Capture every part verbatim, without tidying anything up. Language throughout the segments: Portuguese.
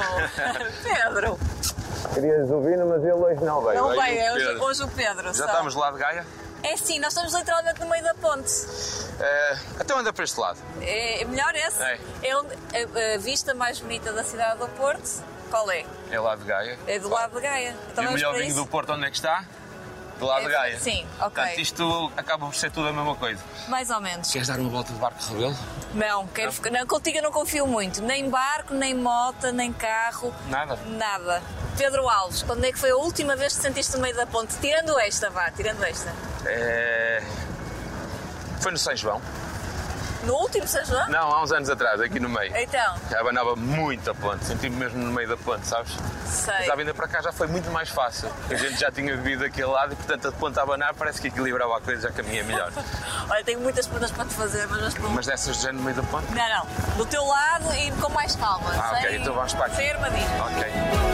Pedro! Querias ouvir, mas ele hoje não veio. Não Veio veio, é o hoje, Pedro. hoje o Pedro. Já só. estamos lá de Gaia? É sim, nós estamos literalmente no meio da ponte. É, então anda para este lado. É, é melhor esse? É. É onde, a, a vista mais bonita da cidade do Porto, qual é? É lá de Gaia. É do lado de Gaia. Então E o vamos melhor para vinho isso? do Porto onde é que está? Do lado É, de Gaia. sim, ok. Portanto, isto acaba por ser tudo a mesma coisa. Mais ou menos. Queres dar uma volta de barco de Rebelo? Não, quero ficar, não, contigo eu não confio muito. Nem barco, nem moto, nem carro. Nada? Nada. Pedro Alves, quando é que foi a última vez que te sentiste no meio da ponte? Tirando esta, vá, tirando esta. É... Foi no São João. No último São João? Não, há uns anos atrás, aqui no meio. Então, Já abanava muito a ponte, senti-me mesmo no meio da ponte, sabes? sei. Mas a vinda para cá já foi muito mais fácil. A gente já tinha bebido aquele lado e, portanto, a ponte a abanar parece que equilibrava a coisa, já caminha melhor. Olha, tenho muitas perguntas para te fazer, mas vamos para um- Mas dessas de género no meio da ponte? Não, não. Do teu lado e com mais calma. Ah, sem, ok, então vamos para aqui. sem armadilhas. Ok.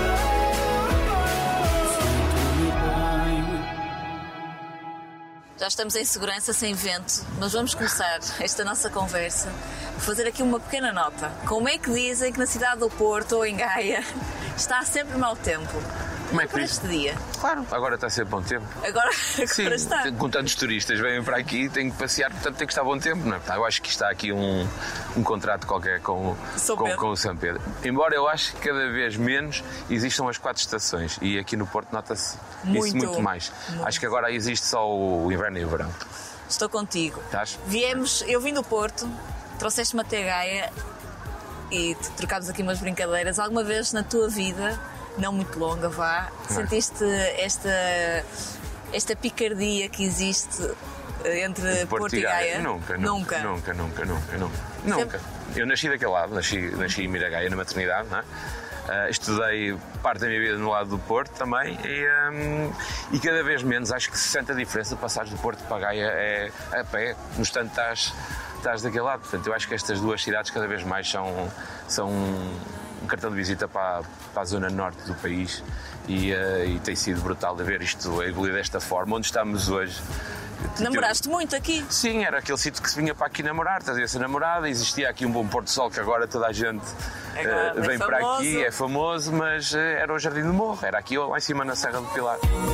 Já estamos em segurança, sem vento, mas vamos começar esta nossa conversa por fazer aqui uma pequena nota. Como é que dizem que na cidade do Porto ou em Gaia está sempre mau tempo? Como é que Por diz? este dia. Claro, agora está a ser bom tempo. Agora, Sim, agora está. com tantos turistas vêm para aqui, têm que passear, portanto tem que estar bom tempo, não é? Eu acho que está aqui um, um contrato qualquer com, São com, Pedro. com o São Pedro. Embora eu acho que cada vez menos existam as quatro estações e aqui no Porto nota-se isso Muito. muito mais. Muito. Acho que agora existe só o inverno e o verão. Estou contigo. Estás? Viemos, eu vim do Porto, trouxeste-me até Gaia e te- trocámos aqui umas brincadeiras. Alguma vez na tua vida, não muito longa, vá, sentiste esta, esta picardia que existe eh, entre Porto, e Gaia? Nunca, Nunca. nunca, nunca, nunca, nunca, nunca. Nunca. Eu nasci daquele lado, nasci, nasci em Miragaia, na maternidade, não é? Uh, estudei parte da minha vida no lado do Porto também e, um, e cada vez menos acho que se sente a diferença de passagem do Porto para Gaia é a pé, no instante estás, estás daquele lado. Portanto, eu acho que estas duas cidades cada vez mais são, são um cartão de visita para, para a zona norte do país e, uh, e tem sido brutal de ver isto evoluir desta forma. Onde estamos hoje. Namoraste muito aqui? Sim, era aquele sítio que se vinha para aqui namorar, trazia-se a namorada, existia aqui um bom pôr do sol que agora toda a gente Agora eh, é vem para famoso. aqui, é famoso, mas eh, era o Jardim do Morro, era aqui lá em cima na Serra do Pilar.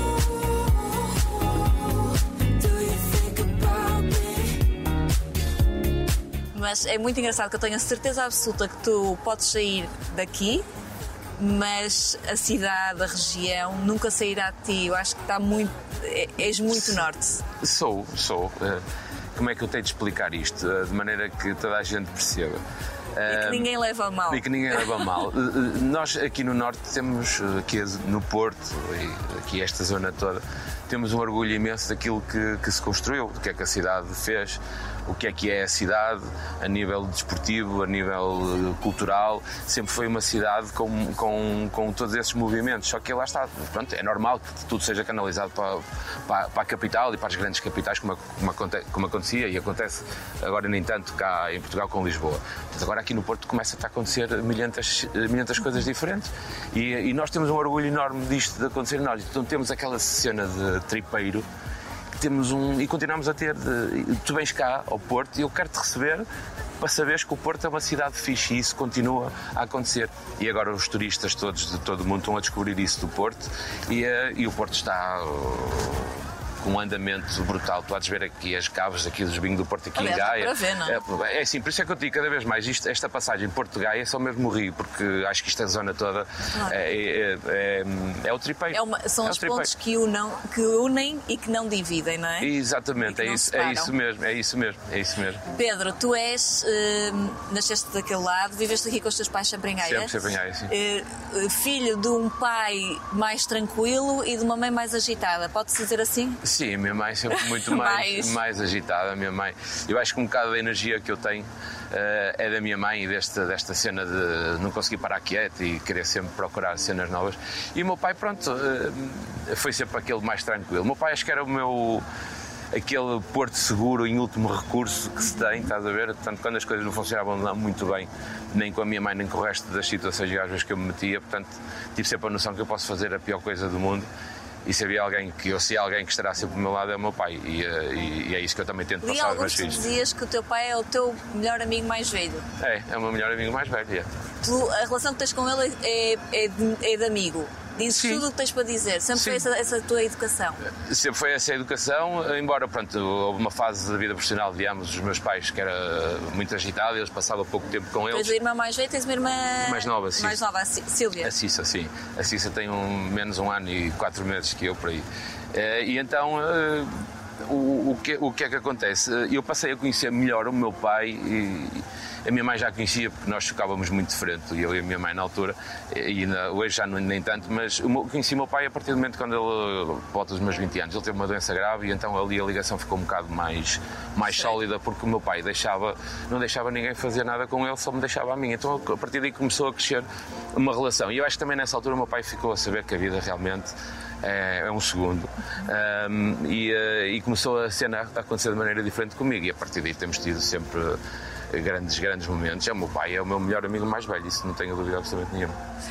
Mas é muito engraçado que eu tenho a certeza absoluta que tu podes sair daqui, mas a cidade, a região, nunca sairá de ti. Eu acho que está muito. é- És muito norte. Sou, sou. Eh, como é que eu tenho de explicar isto? Eh, de maneira que toda a gente perceba. E que ninguém leva a mal. E que ninguém leva a mal. Eh, eh, Nós aqui no Norte temos, eh, aqui no Porto, e aqui esta zona toda, temos um orgulho imenso daquilo que, que se construiu, do que é que a cidade fez, o que é que é a cidade a nível desportivo, a nível eh, cultural. Sempre foi uma cidade com, com, com todos esses movimentos, só que lá está, pronto, é normal que tudo seja canalizado para, para, para a capital e para as grandes capitais, como, como, aconte, como acontecia e acontece agora nem tanto cá em Portugal com Lisboa. Mas agora aqui no Porto começa a acontecer milhentas, milhentas coisas diferentes e, e nós temos um orgulho enorme disto de acontecer em nós. Então temos aquela cena de tripeiro que temos um, e continuamos a ter. De, tu vens cá ao Porto e eu quero-te receber para saberes que o Porto é uma cidade fixe e isso continua a acontecer. E agora os turistas todos de todo o mundo estão a descobrir isso do Porto e, uh, e o Porto está uh, com um andamento brutal. Tu podes ver aqui as caves aqui dos vinhos do Porto aqui Aliás, em Gaia. dá para ver, não é? É, é assim, por isso é que eu te digo cada vez mais isto, esta passagem Porto de Gaia é só mesmo o Rio, porque acho que esta zona toda Claro. é, é, é, é o tripeiro. É uma- são é o os tripeiro. pontos que, unam, que unem e que não dividem, não é? Exatamente, E que é não isso, separam. é isso mesmo, é isso mesmo, é isso mesmo. Pedro, tu és, hum, nasceste daquele lado, viveste aqui com os teus pais sempre em Gaia? Sempre, sempre em Gaia, sim. Eh, eh, filho de um pai mais tranquilo e de uma mãe mais agitada, pode-se dizer assim? Sim, a minha mãe sempre muito mais, Mais. mais agitada. A minha mãe, eu acho que um bocado da energia que eu tenho eh, é da minha mãe e desta, desta cena de não conseguir parar quieto e querer sempre procurar cenas novas. E o meu pai, pronto, eh, foi sempre aquele mais tranquilo. O meu pai acho que era o meu. Aquele porto seguro em último recurso que se tem, estás a ver? Portanto, quando as coisas não funcionavam lá muito bem, nem com a minha mãe, nem com o resto das situações e às vezes que eu me metia, portanto, tive sempre a noção que eu posso fazer a pior coisa do mundo. E se havia alguém que eu sei alguém que estará sempre do meu lado é o meu pai e, eh, e, e é isso que eu também tento Li passar aos meus alguns que filhos. dizias que o teu pai é o teu melhor amigo mais velho. É, é o meu melhor amigo mais velho. É. Tu, a relação que tens com ele é, é, de, é de amigo. Dizes Sim. tudo o que tens para dizer. Sempre Sim. foi essa, essa tua educação. Sempre foi essa a educação, embora, pronto, houve uma fase da vida profissional de ambos os meus pais que era muito agitada, eles passavam pouco tempo com eles. Tens a irmã mais velha, tens uma irmã Mais nova, sim. mais nova, a Sílvia. A Cissa, sim. A Cissa tem um, menos um ano e quatro meses que eu, por aí. E então, o, o, que, o que é que acontece? Eu passei a conhecer melhor o meu pai e a minha mãe já conhecia, porque nós chocávamos muito de frente, eu e a minha mãe na altura, e ainda, hoje já não, nem tanto, mas eu conheci o meu pai a partir do momento quando ele, por volta dos meus vinte anos, ele teve uma doença grave e então ali a ligação ficou um bocado mais, mais sólida, porque o meu pai deixava, não deixava ninguém fazer nada com ele, só me deixava a mim. Então a partir daí começou a crescer uma relação. E eu acho que também nessa altura o meu pai ficou a saber que a vida realmente é, é um segundo. Um, e, e começou a cena a acontecer de maneira diferente comigo, e a partir daí temos tido sempre grandes, grandes momentos. É o meu pai, é o meu melhor amigo mais velho, isso não tenho dúvida absolutamente nenhuma.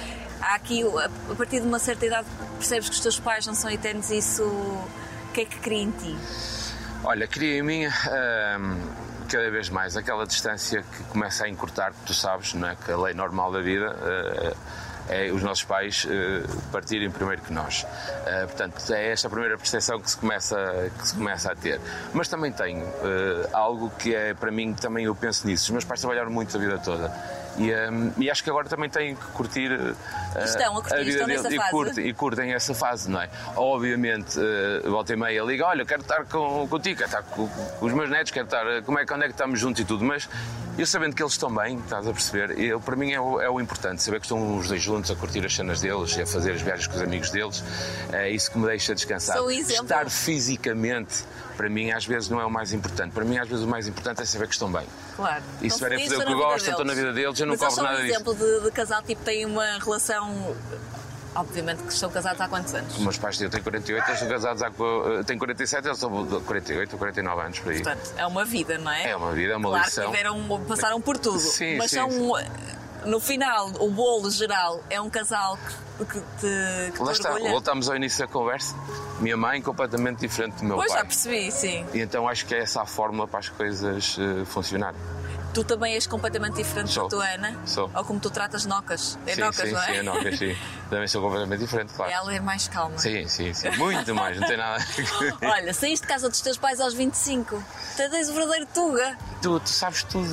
Há aqui, a partir de uma certa idade, percebes que os teus pais não são eternos, e isso, o que é que cria em ti? Olha, cria em mim hum, cada vez mais aquela distância que começa a encurtar, que tu sabes, não é? Que a lei normal da vida uh, é os nossos pais uh, partirem primeiro que nós. Uh, portanto, é esta a primeira percepção que se começa, que se começa a ter. Mas também tenho uh, algo que é, para mim, também eu penso nisso. Os meus pais trabalharam muito a vida toda. E, um, e acho que agora também têm que curtir uh, estão a, curtir, a vida estão deles nessa e, fase. curtem, e curtem essa fase, não é? Obviamente, uh, volta e meia liga, olha, quero estar com, contigo, quero estar com, com os meus netos, quero estar, como é, quando é que estamos juntos e tudo, mas eu sabendo que eles estão bem, estás a perceber, eu, para mim é o, é o importante, saber que estão os dois juntos a curtir as cenas deles, a fazer as viagens com os amigos deles, é isso que me deixa descansar. Sou um exemplo. Estar fisicamente, para mim, às vezes não é o mais importante. Para mim, às vezes, o mais importante é saber que estão bem. Claro. E se estiverem a fazer o que gostam, estão na vida deles, eu não cobro nada disso. Mas são um exemplo de, de casal, tipo, tem uma relação... Obviamente que estão casados há quantos anos? Os meus pais têm quarenta e oito, eles estão casados há... têm quarenta e sete, eles estão quarenta e oito ou quarenta e nove anos, por aí. Portanto, é uma vida, não é? É uma vida, é uma claro lição. Claro que tiveram, passaram por tudo. Sim, mas sim, são... sim. No final, o bolo geral é um casal que, que te, que Lá te está, orgulha. voltamos ao início da conversa. Minha mãe completamente diferente do meu pois, pai. já percebi, sim. E então acho que é essa a fórmula para as coisas uh, funcionarem. Tu também és completamente diferente Sou. da tua Ana? Sou. Ou como tu tratas Nocas? É sim, Nocas, sim, não é? sim, é Nocas, sim. Também sou completamente diferente, claro. Ela é mais calma. Sim, sim, sim. Muito mais, não tem nada. Olha, saíste de casa dos teus pais aos vinte e cinco. Tu és o verdadeiro Tuga. Tu, tu sabes tudo.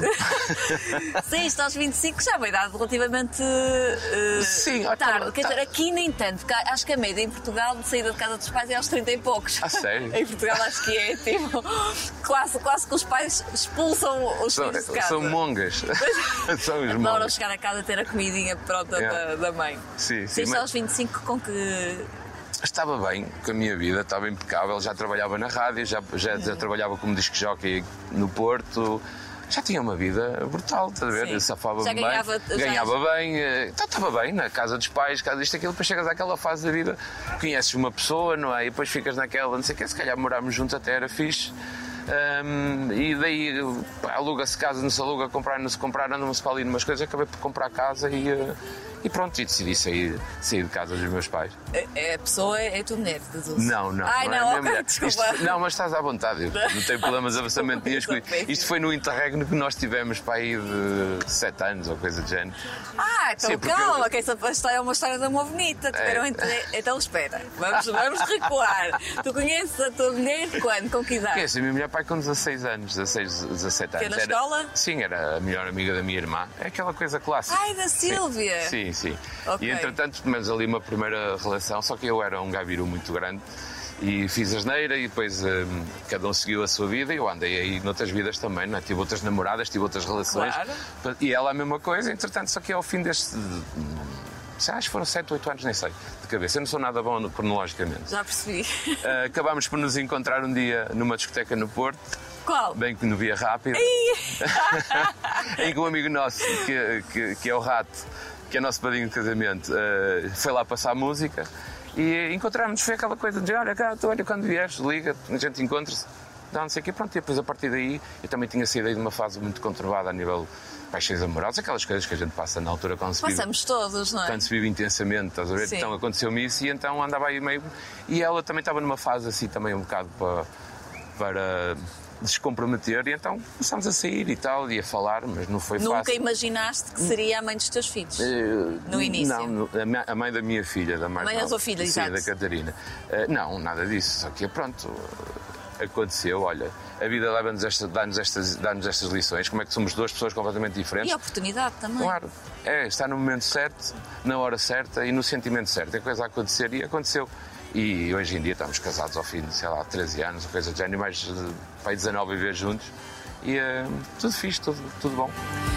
Saíste aos vinte e cinco, já é uma idade relativamente uh, sim, ó, tarde. tá, Quer tá. dizer, aqui nem tanto, porque acho que a média em Portugal de saída de casa dos pais é aos trinta e poucos. A sério? Em Portugal acho que é, tipo, quase, quase que os pais expulsam os São, filhos de casa. são mongas. São os Adoram mongas. chegar a casa e ter a comidinha pronta Yeah. da, da mãe. Sim, sim. Saíste mas- aos vinte e cinco com que... Estava bem com a minha vida, estava impecável, já trabalhava na rádio, já, já, já trabalhava como disc jockey no Porto, já tinha uma vida brutal, estás a ver? Sim. Safava-me Já bem, ganhava- já- ganhava bem, eh, então estava bem na casa dos pais, casa disto, aquilo, depois chegas àquela fase da vida, conheces uma pessoa, não é? E depois ficas naquela, não sei o que, se calhar morámos juntos até era fixe. Um, e daí pá, aluga-se casa, não se aluga, comprar, não se comprar, anda-se para ali numas coisas, acabei por comprar casa e, uh, e pronto, e decidi sair, sair de casa dos meus pais. A, a pessoa é a tua mulher, deduzo. Não, não. Ai, não, é não, a minha ok, mulher. desculpa. Isto- não, mas estás à vontade, eu não tenho problemas absolutamente nenhum. Desculpa, desculpa. Isto foi no interregno que nós tivemos para aí de sete anos ou coisa do género. Ah, então Sim, porque calma, eu- que essa história é uma história de amor bonita. Tiveram É. entre... Então espera, vamos, vamos recuar. Tu conheces a tua mulher quando? Com que idade? Conheço a minha mulher pai com dezasseis anos, dezasseis, dezassete Que anos. na Era- escola? Sim, era a melhor amiga da minha irmã. É aquela coisa clássica. Ai, da Sílvia! Sim, sim. Ok. E entretanto tivemos ali uma primeira relação, só que eu era um gabiru muito grande e fiz asneira e depois hum, cada um seguiu a sua vida e eu andei aí noutras vidas também, não é? Tive outras namoradas, tive outras relações. Claro. E ela a mesma coisa, entretanto, só que ao fim deste... Sei, acho que foram sete, oito anos, nem sei, de cabeça. Eu não sou nada bom cronologicamente. Já percebi. Uh, acabámos por nos encontrar um dia numa discoteca no Porto, Qual? bem que no via rápido, em que um amigo nosso, que, que, que é o Rato, que é nosso padrinho de casamento, uh, foi lá passar música e encontramos-nos, foi aquela coisa de dizer, olha cá, tu, olha, quando vieres, liga, a gente encontra-se, dá não sei o quê, pronto, e depois a partir daí eu também tinha saído aí de uma fase muito conturbada a nível paixões amorosas, aquelas coisas que a gente passa na altura quando se vive, Passamos todos, não é? quando se vive intensamente, estás a ver? Sim. Então aconteceu-me isso e então andava aí meio... E ela também estava numa fase assim, também um bocado para... para descomprometer, e então começámos a sair e tal, e a falar, mas não foi Nunca fácil. imaginaste que seria a mãe dos teus filhos? Uh, no início? Não, no- a, minha- a mãe da minha filha, da mais A mãe da nova. tua filha, Sim, exato. da Catarina. Uh, não, nada disso, só que pronto, aconteceu, olha, a vida leva-nos esta, dá-nos estas, dá-nos estas lições, como é que somos duas pessoas completamente diferentes. E a oportunidade também. Claro, é estar no momento certo, na hora certa e no sentimento certo. É coisa a acontecer e aconteceu. E hoje em dia estamos casados ao fim de, sei lá, treze anos, coisa de género, e mais de pai, dezanove a viver juntos. E uh, tudo fixe, tudo, tudo bom.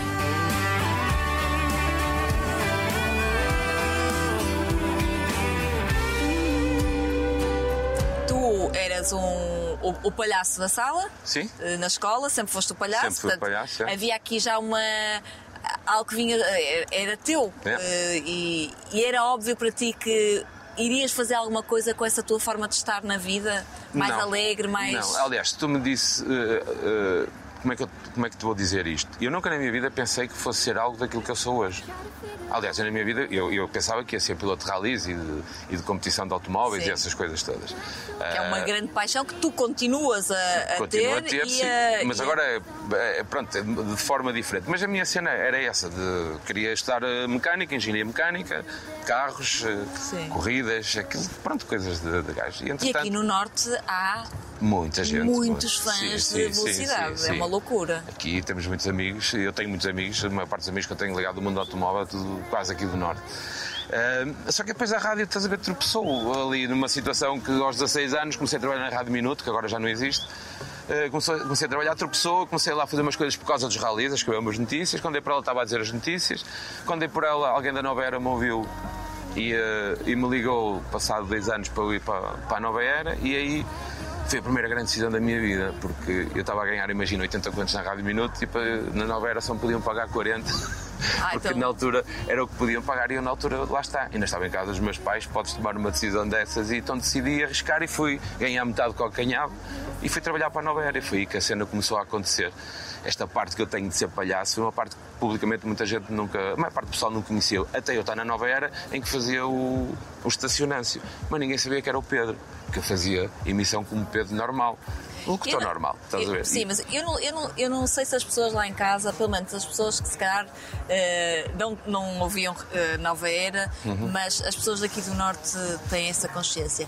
Tu eras um, o, o palhaço da sala, Sim. eh, na escola, sempre foste o palhaço. Sempre fui o portanto, palhaço, é. Havia aqui já uma. Algo que vinha. Era, era teu. É. eh, e, e era óbvio para ti que irias fazer alguma coisa com essa tua forma de estar na vida? Mais Não. alegre, mais. Não, aliás, tu me disse. uh, uh, como, é que eu, como é que te vou dizer isto? Eu nunca na minha vida pensei que fosse ser algo daquilo que eu sou hoje. Aliás, eu, na minha vida eu, eu pensava que ia ser piloto de ralis e de, e de competição de automóveis Sim. e essas coisas todas. Que é uma grande paixão que tu continuas a, a Continuo ter. a ter, e sim, a, mas e a- agora, é, é, pronto, é de forma diferente. Mas a minha cena era essa, de queria estudar eh, mecânica, engenharia mecânica, carros, eh, Sim. corridas, aquilo, pronto, coisas de, de gajo. E, E entretanto, aqui no Norte há muita gente. muitos muito- fãs sim, de sim, sim, velocidade. sim, É sim. uma loucura. Aqui temos muitos amigos, eu tenho muitos amigos, a maior parte dos amigos que eu tenho ligado do mundo do automóvel, é tudo quase aqui do Norte. Ah, só que depois a rádio, estás a ver, tropeçou ali numa situação que aos dezasseis anos comecei a trabalhar na Rádio Minuto, que agora já não existe. Uh, comecei, comecei a trabalhar, tropeçou, comecei lá a fazer umas coisas por causa dos ralis, a escrever umas notícias. Quando dei por ela, estava a dizer as notícias. Quando dei por ela, alguém da Nova Era me ouviu e, uh, e me ligou, passado dois anos, para eu ir para, para a Nova Era. E aí foi a primeira grande decisão da minha vida, porque eu estava a ganhar, imagino, oitenta contos na Rádio Minuto e para, na Nova Era só me podiam pagar quarenta. Ah, Porque então- na altura era o que podiam pagar e eu na altura, lá está, ainda estava em casa dos meus pais, podes tomar uma decisão dessas, e então decidi arriscar e fui ganhar metade do que eu ganhava e fui trabalhar para a Nova Era, e foi aí que a cena começou a acontecer. Esta parte que eu tenho de ser palhaço foi uma parte que publicamente muita gente nunca, a maior parte do pessoal não conheceu, até eu estar na Nova Era em que fazia o, o estacionâncio, mas ninguém sabia que era o Pedro, que eu fazia emissão como Pedro normal. O que Eu estou não- normal, estás a eu- ver? Sim, mas eu não, eu, não, eu não sei se as pessoas lá em casa, pelo menos as pessoas que se calhar eh, não, não ouviam eh, Nova Era, Uhum. mas as pessoas daqui do Norte têm essa consciência.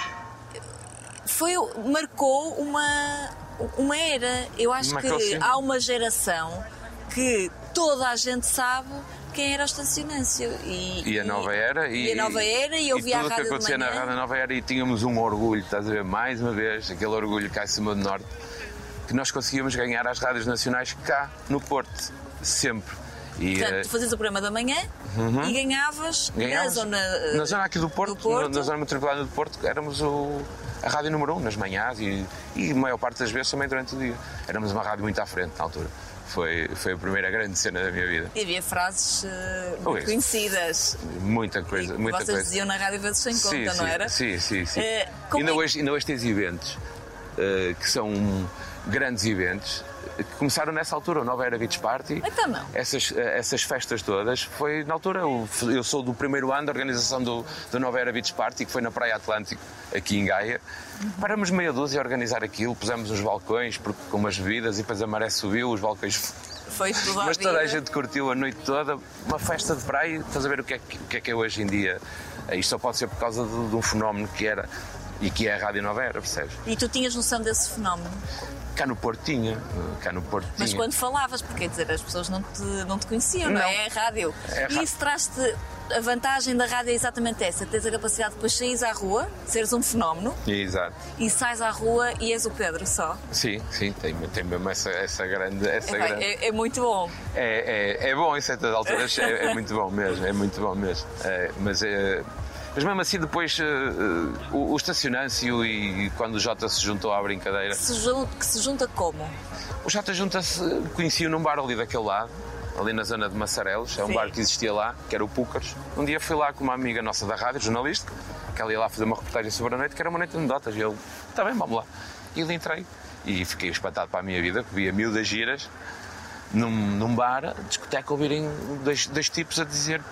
Foi, marcou uma, uma era. Eu acho Marcou, que sim. há uma geração que toda a gente sabe quem era o estacionâncio. E, E a Nova Era. E, a Nova Era, e eu e via a tudo o que rádio de acontecia na manhã. Rádio Nova Era, e tínhamos um orgulho, estás a ver, mais uma vez, aquele orgulho cá em cima do Norte, que nós conseguíamos ganhar às rádios nacionais cá no Porto, sempre. E, Portanto, eh, tu fazias o programa da manhã e ganhavas, ganhámos- na zona, eh, na zona aqui do Porto, do Porto. Na, na zona metropolitana do Porto, éramos o, a rádio número um nas manhãs e, e a maior parte das vezes também durante o dia. Éramos uma rádio muito à frente na altura. Foi, foi a primeira grande cena da minha vida. E havia frases eh, muito Pois. conhecidas. Muita coisa, E que muita vocês coisa. diziam na rádio vezes sem conta, Sim, não sim, era? Sim, sim, sim. Eh, como ainda, é que- hoje, ainda hoje tens eventos eh, que são grandes eventos que começaram nessa altura, o Nova Era Beach Party. Então não. Essas, eh, essas festas todas foi na altura. Eu, eu sou do primeiro ano da organização do, do Nova Era Beach Party, que foi na Praia Atlântico, aqui em Gaia. Paramos meia dúzia a organizar aquilo, pusemos os balcões porque, com umas bebidas e depois a maré subiu, os balcões. Foi tudo à Mas toda a vida. gente curtiu a noite toda, uma festa de praia. Estás a ver o que é que, o que, é, que é hoje em dia? Isto só pode ser por causa de, de um fenómeno que era e que é a Rádio Nova Era, percebes? E tu tinhas noção desse fenómeno? Cá no Porto tinha, cá no Porto Mas tinha. quando falavas, porque quer dizer, as pessoas não te, não te conheciam, não, Não. é? É a rádio. É a e ra- isso traz-te. A vantagem da rádio é exatamente essa: tens a capacidade de depois saís à rua, seres um fenómeno, Exato. e sais à rua e és o Pedro só. Sim, sim, tem, tem mesmo essa, essa grande. Essa É, grande... é- é muito bom. É, é, é bom em certas alturas, é, é muito bom mesmo, é muito bom mesmo. É, mas, é, mas mesmo assim depois eh, eh, o, o estacionâncio e quando o Jota se juntou à brincadeira. Se jun- que se junta como? O Jota junta-se, conheci-o num bar ali daquele lado, ali na zona de Massarelos, é um Sim. bar que existia lá, que era o Púcaros. Um dia fui lá com uma amiga nossa da rádio, jornalista, que ela ia lá fazer uma reportagem sobre a noite, que era uma noite de anedotas, e ele, está bem, vamos lá. E eu entrei e fiquei espantado para a minha vida, que via miúdas giras num, num bar, discoteca, ouvirem dois, dois tipos a dizer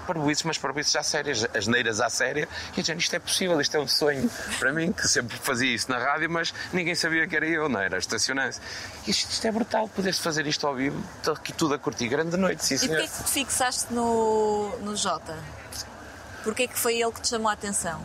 parboices, mas parboices à séria, as neiras à séria, e eu dizia, isto é possível, isto é um sonho para mim, que sempre fazia isso na rádio, mas ninguém sabia que era eu, não era? Estacionante. Isto, isto é brutal, poder-se fazer isto ao vivo, estou aqui tudo a curtir, grande noite, sim, E senhor. porquê que te fixaste no, no Jota? Porquê que foi ele que te chamou a atenção?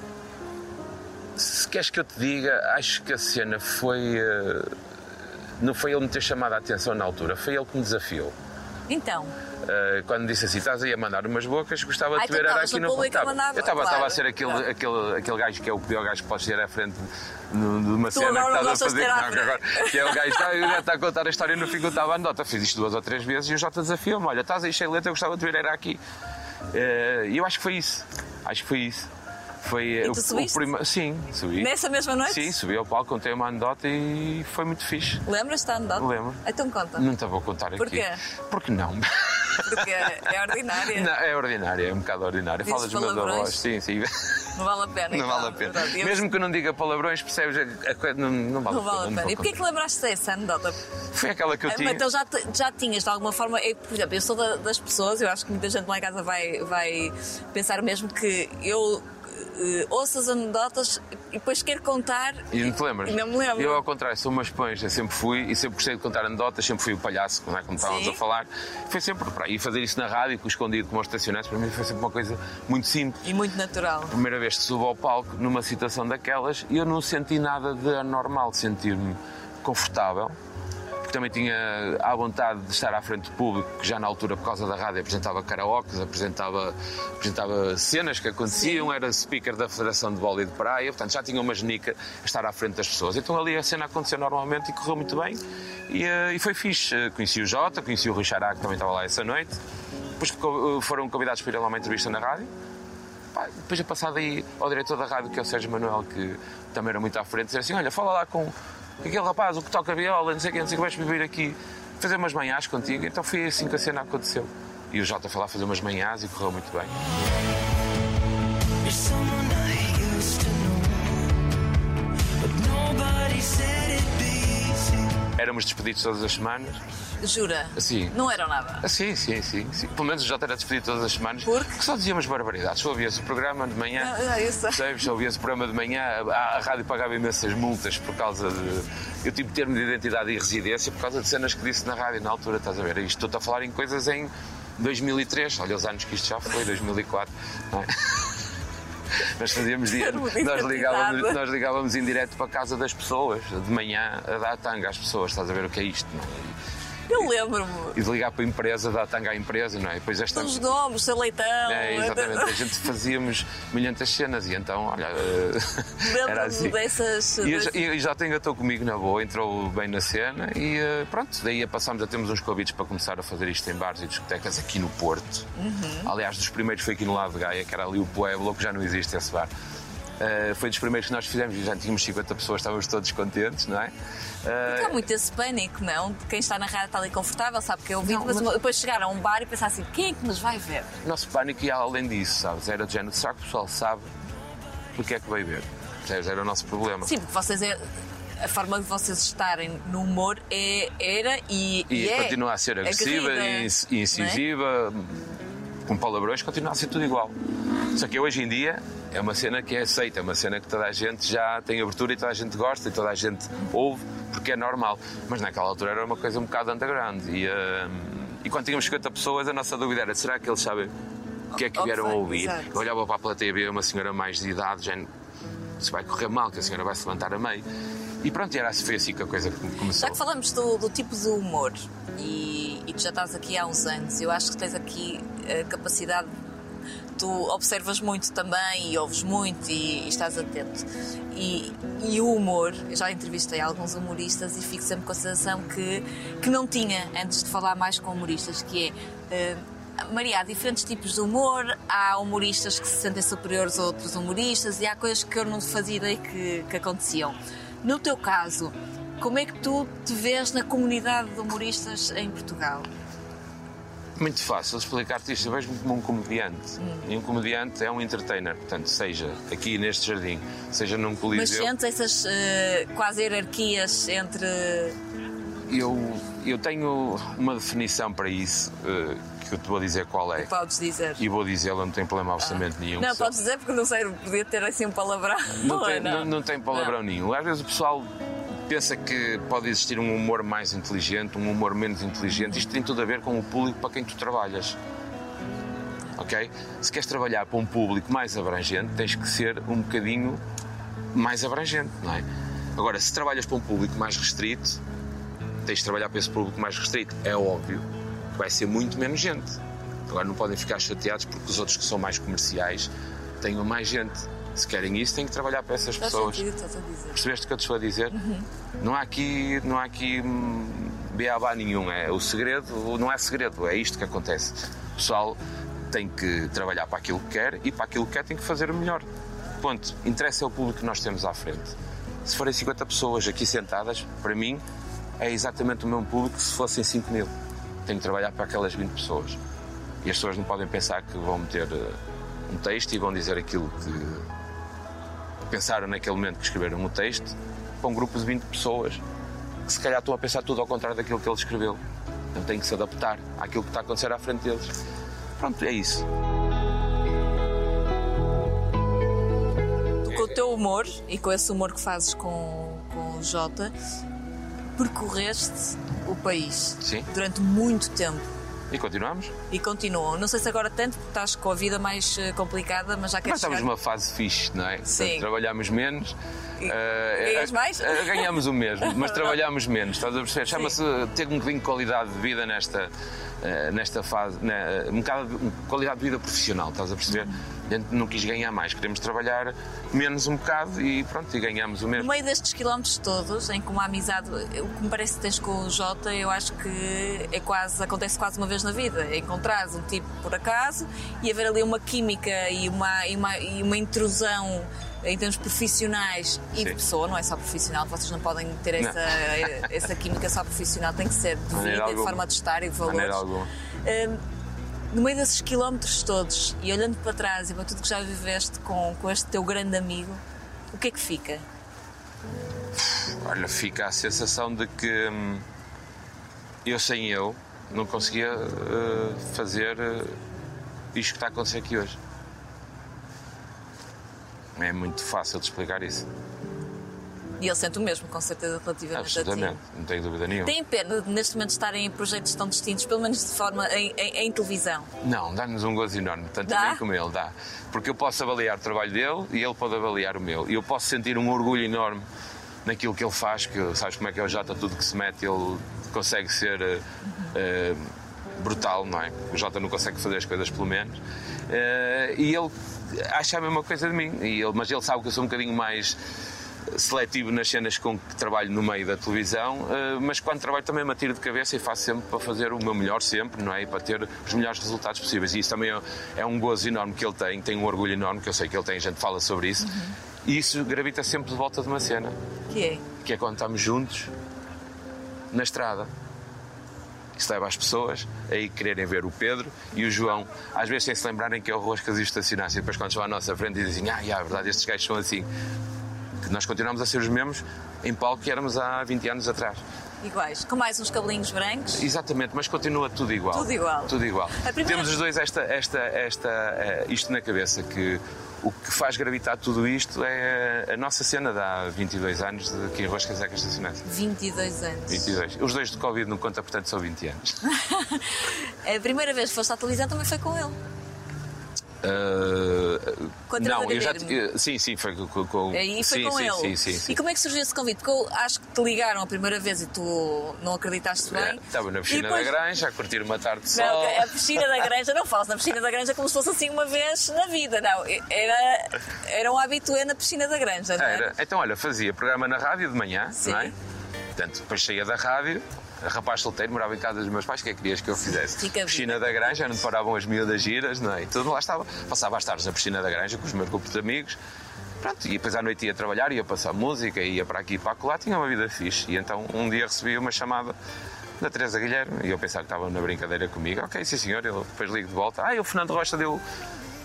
Se queres que eu te diga, acho que a cena foi... Uh, não foi ele me ter chamado a atenção na altura, foi ele que me desafiou. Então... Uh, quando disse assim, estás aí a mandar umas bocas, gostava de Ai, te ver, tu era estavas aqui no no público a Tava. mandar- Eu estava claro. a ser aquele, Claro. aquele, aquele gajo que é o pior gajo que podes ter à frente no- de uma Tu cena agora que não estás a gostas de fazer. ter à Não, que, agora, que é o gajo que está, já está a contar a história no fim que eu estava a andota. Fiz isto duas ou três vezes e o Jota desafiou-me, olha, estás aí cheio de letra, eu gostava de te ver, era aqui. Uh, E eu acho que foi isso. Acho que foi isso. Foi E o, tu o subiste? primeiro. Sim, subi. Nessa mesma noite? Sim, subi ao palco, contei uma anedota e foi muito fixe. Lembras-te da anedota? Lembro. Então conta. Não te vou contar aqui. Porquê? Porque não. Porque é ordinária. Não, é ordinária, é um bocado ordinária. Dizes Fala dos meus palavrões? avós, sim, sim. Não vale a pena. Não então. vale a pena. Pronto, eu- Mesmo que eu não diga palavrões, percebes? A, a, coisa- não, não vale Não vale a não pena. vou E porquê que contar. lembraste dessa anedota? Foi aquela que eu Ah, tinha. mas então já, te- já tinhas de alguma forma. Eu, por exemplo, eu sou da- das pessoas, eu acho que muita gente lá em casa vai, vai pensar mesmo que eu eh, ouço as anedotas e depois quero contar. E não te lembras? E não me lembro. Eu, ao contrário, sou uma esponja, sempre fui e sempre gostei de contar anedotas, sempre fui o palhaço, não é? Como estávamos Sim. a falar. Foi sempre para aí fazer isso na rádio, escondido como os estacionantes, para mim foi sempre uma coisa muito simples. E muito natural. Primeira vez que subo ao palco numa situação daquelas, eu não senti nada de anormal, sentir-me confortável. Porque também tinha à vontade de estar à frente do público, que já na altura, por causa da rádio, apresentava karaokes, apresentava, apresentava cenas que aconteciam, era speaker da Federação de Vôlei de Praia, portanto já tinha uma genica a estar à frente das pessoas. Então ali a cena aconteceu normalmente e correu muito bem e, eh, e foi fixe. Eh, Conheci o Jota, conheci o Rui Xará, que também estava lá essa noite. Depois co- foram convidados para ir lá uma entrevista na rádio. Pá, depois é passado aí ao diretor da rádio, que é o Sérgio Manuel, que também era muito à frente, dizer assim, olha, fala lá com aquele rapaz, o que toca viola, não sei o que, não sei o que, vais vir aqui fazer umas manhãs contigo. Então foi assim que a cena aconteceu. E o Jota foi lá fazer umas manhãs e correu muito bem. You're someone I used to know, but nobody said it'd be easy. Éramos despedidos todas as semanas. Jura? Sim. Não eram nada. Ah, sim, sim, sim, sim. Pelo menos o Jota era despedido todas as semanas. Por? Porque só dizíamos barbaridades. Só ouvia-se o programa de manhã. Ah, ah, eu sei. Percebes? Só ouvia-se o programa de manhã. A, a rádio pagava imensas multas por causa de. Eu tive termo de identidade e residência por causa de cenas que disse na rádio na altura. Estás a ver? Isto estou a falar em coisas em dois mil e três. Olha os anos que isto já foi, dois mil e quatro. Não é? Nós fazíamos dia, Termo de nós ligávamos, identidade. nós ligávamos em direto para a casa das pessoas, de manhã, a dar tanga às pessoas. Estás a ver o que é isto? Não é? Eu lembro-me. E de ligar para a empresa, dar tanga à empresa, não é? E depois esta. Os nomes, seu leitão. É, exatamente. A gente fazíamos milhentas cenas e então, olha, eh, era Lembro-me assim. dessas. E eu, dessas- já- e já tenho estou comigo na boa, entrou bem na cena e eh, pronto, daí passámos a termos uns convites para começar a fazer isto em bares e discotecas aqui no Porto. Uhum. Aliás, dos primeiros foi aqui no lado de Gaia, que era ali o Pueblo, que já não existe esse bar. Eh, foi dos primeiros que nós fizemos e já tínhamos cinquenta pessoas, estávamos todos contentes, não é? Eh, Porque há muito esse pânico, não? De quem está na rádio está ali confortável, sabe que é ouvido, Não, mas, mas- depois chegar a um bar e pensar assim: quem é que nos vai ver? O nosso pânico ia além disso, sabes? Era do género, será que o pessoal sabe porque é que veio ver? Percebes? Era o nosso problema. Sim, porque vocês é. A forma de vocês estarem no humor é, era e, E, e é. continua a ser agressiva aguerrida, e inc- e não é? incisiva, com palavrões, continua a ser tudo igual. Só que hoje em dia é uma cena que é aceita, é uma cena que toda a gente já tem abertura e toda a gente gosta e toda a gente ouve, porque é normal. Mas naquela altura era uma coisa um bocado underground. E, ah, e quando tínhamos cinquenta pessoas, a nossa dúvida era: será que eles sabem o que é que O que vieram a foi, ouvir? exato. Eu olhava para a plateia e via uma senhora mais de idade, já se vai correr mal, que a senhora vai se levantar a meio. E pronto, era assim, foi assim que a coisa começou. Já que falamos do, do tipo de humor e, e tu já estás aqui há uns anos, eu acho que tens aqui a capacidade. Tu observas muito também e ouves muito e, e estás atento. E, e o humor, eu já entrevistei alguns humoristas e fico sempre com a sensação que, que não tinha antes de falar mais com humoristas, que é. eh, Maria, há diferentes tipos de humor, há humoristas que se sentem superiores a outros humoristas e há coisas que eu não fazia ideia que, que aconteciam. No teu caso, como é que tu te vês na comunidade de humoristas em Portugal? Muito fácil explicar-te isto. Eu vejo-me como um comediante. Hum. E um comediante é um entertainer. Portanto, seja aqui neste jardim, seja num Mas coliseu. sentes essas eh, quase hierarquias entre... Eu, eu tenho uma definição para isso, uh, que eu te vou dizer qual é. Podes dizer. E vou dizê-la, não tem problema absolutamente ah. nenhum. Não, só... podes dizer porque não sei, podia ter assim um palavrão. Não tem, não. Não, não tem palavrão não. nenhum. Às vezes o pessoal pensa que pode existir um humor mais inteligente, um humor menos inteligente. Isto tem tudo a ver com o público para quem tu trabalhas. Ok? Se queres trabalhar para um público mais abrangente, tens que ser um bocadinho mais abrangente, não é? Agora, se trabalhas para um público mais restrito, tens de trabalhar para esse público mais restrito. É óbvio que vai ser muito menos gente. Agora, não podem ficar chateados porque os outros que são mais comerciais tenham mais gente. Se querem isso, têm que trabalhar para essas Faz pessoas. Sentido, estás a dizer. Percebeste o que eu te estou a dizer? Uhum. Não há aqui, não há aqui hum, beabá nenhum. É, o segredo não é segredo, é isto que acontece. O pessoal tem que trabalhar para aquilo que quer e para aquilo que quer tem que fazer o melhor. Ponto. Interessa é o público que nós temos à frente. Se forem cinquenta pessoas aqui sentadas, para mim, é exatamente o mesmo público que se fossem cinco mil. Tenho que trabalhar para aquelas vinte pessoas. E as pessoas não podem pensar que vão meter uh, um texto e vão dizer aquilo que pensaram naquele momento que escreveram o texto para um grupo de vinte pessoas que se calhar estão a pensar tudo ao contrário daquilo que ele escreveu. Então têm que se adaptar àquilo que está a acontecer à frente deles. Pronto, é isso. Com o teu humor e com esse humor que fazes com, com o Jota, percorreste o país Sim. durante muito tempo. E continuamos? E continuam. Não sei se agora tanto, porque estás com a vida mais complicada, mas já queres Nós estamos chegar... numa fase fixe, não é? Sim. Portanto, trabalhamos menos. E... Uh, Ganhas mais? Uh, ganhamos o mesmo, mas trabalhamos menos. Estás a perceber? Chama-se ter um bocadinho de qualidade de vida nesta, uh, nesta fase, né? um bocado de qualidade de vida profissional, estás a perceber? A gente não quis ganhar mais, queremos trabalhar menos um bocado e pronto, e ganhamos o mesmo. No meio destes quilómetros todos, em que uma amizade, o que me parece que tens com o Jota, eu acho que é quase, acontece quase uma vez na vida. Encontrares um tipo por acaso e haver ali uma química e uma, e uma, e uma intrusão em termos profissionais e Sim. de pessoa, não é só profissional, vocês não podem ter essa, essa química só profissional, tem que ser de vida, de forma de estar e de valores. Um, no meio desses quilómetros todos e olhando para trás e para tudo que já viveste com, com este teu grande amigo, o que é que fica? Olha, fica a sensação de que hum, eu sem eu não conseguia uh, fazer uh, isto que está a acontecer aqui hoje. É muito fácil de explicar isso. E ele sente o mesmo, com certeza, relativamente Absolutamente, a ti. não tenho dúvida nenhuma. Tem pena de, neste momento, estarem em projetos tão distintos, pelo menos de forma em, em, em televisão? Não, dá-nos um gozo enorme, tanto a mim como ele dá. Porque eu posso avaliar o trabalho dele e ele pode avaliar o meu. E eu posso sentir um orgulho enorme naquilo que ele faz, que sabes como é que é o Jota, tudo que se mete, ele consegue ser uh, uh, brutal, não é? O Jota não consegue fazer as coisas pelo menos. Uh, e ele acha a mesma coisa de mim, e ele, mas ele sabe que eu sou um bocadinho mais seletivo nas cenas com que trabalho no meio da televisão, mas quando trabalho também me atiro de cabeça e faço sempre para fazer o meu melhor sempre, não é? E para ter os melhores resultados possíveis. E isso também é um gozo enorme que ele tem, tem um orgulho enorme, que eu sei que ele tem, a gente fala sobre isso. Uhum. E isso gravita sempre de volta de uma cena. Que é? Que é quando estamos juntos na estrada. Isso leva as pessoas a ir quererem ver o Pedro e o João, às vezes sem se lembrarem que é o Roscas e o Estacionácio, e depois quando estão à nossa frente dizem, ah, é verdade, estes gajos são assim. Que nós continuamos a ser os mesmos em palco que éramos há vinte anos atrás. Iguais, com mais uns cabelinhos brancos. Exatamente, mas continua tudo igual. Tudo igual. Tudo igual. Primeira... Temos os dois esta, esta, esta, uh, isto na cabeça, que o que faz gravitar tudo isto é a nossa cena de há vinte e dois anos de aqui em Roscas e Estacionácio. vinte e dois anos. vinte e dois. Os dois de Covid não conta, portanto são vinte anos. A primeira vez que foste à televisão também foi com ele. Uh, não, eu já eu, sim, sim, foi com, com aí foi sim, com sim, ele. Sim, sim, sim. E como é que surgiu esse convite? Porque eu acho que te ligaram a primeira vez e tu não acreditaste bem. É, estava na piscina depois... da Granja a curtir uma tarde de sol. Não, a piscina da Granja, não falo na piscina da Granja como se fosse assim uma vez na vida, não. Era, era um habitué na piscina da Granja, não é? Era. Então, olha, fazia programa na rádio de manhã, sim. Não é? Portanto, depois saía da rádio. Rapaz solteiro, morava em casa dos meus pais, o que é que querias que eu fizesse? Fica piscina da Granja, onde paravam as miúdas giras, não é? E tudo lá estava. Passava as tardes na piscina da Granja com os meus grupos de amigos. Pronto, e depois à noite ia trabalhar, ia passar música, ia para aqui e para lá, tinha uma vida fixe. E então um dia recebi uma chamada da Teresa Guilherme e eu pensava que estava na brincadeira comigo. Ok, sim senhor, eu depois ligo de volta. Ah, e o Fernando Rocha deu,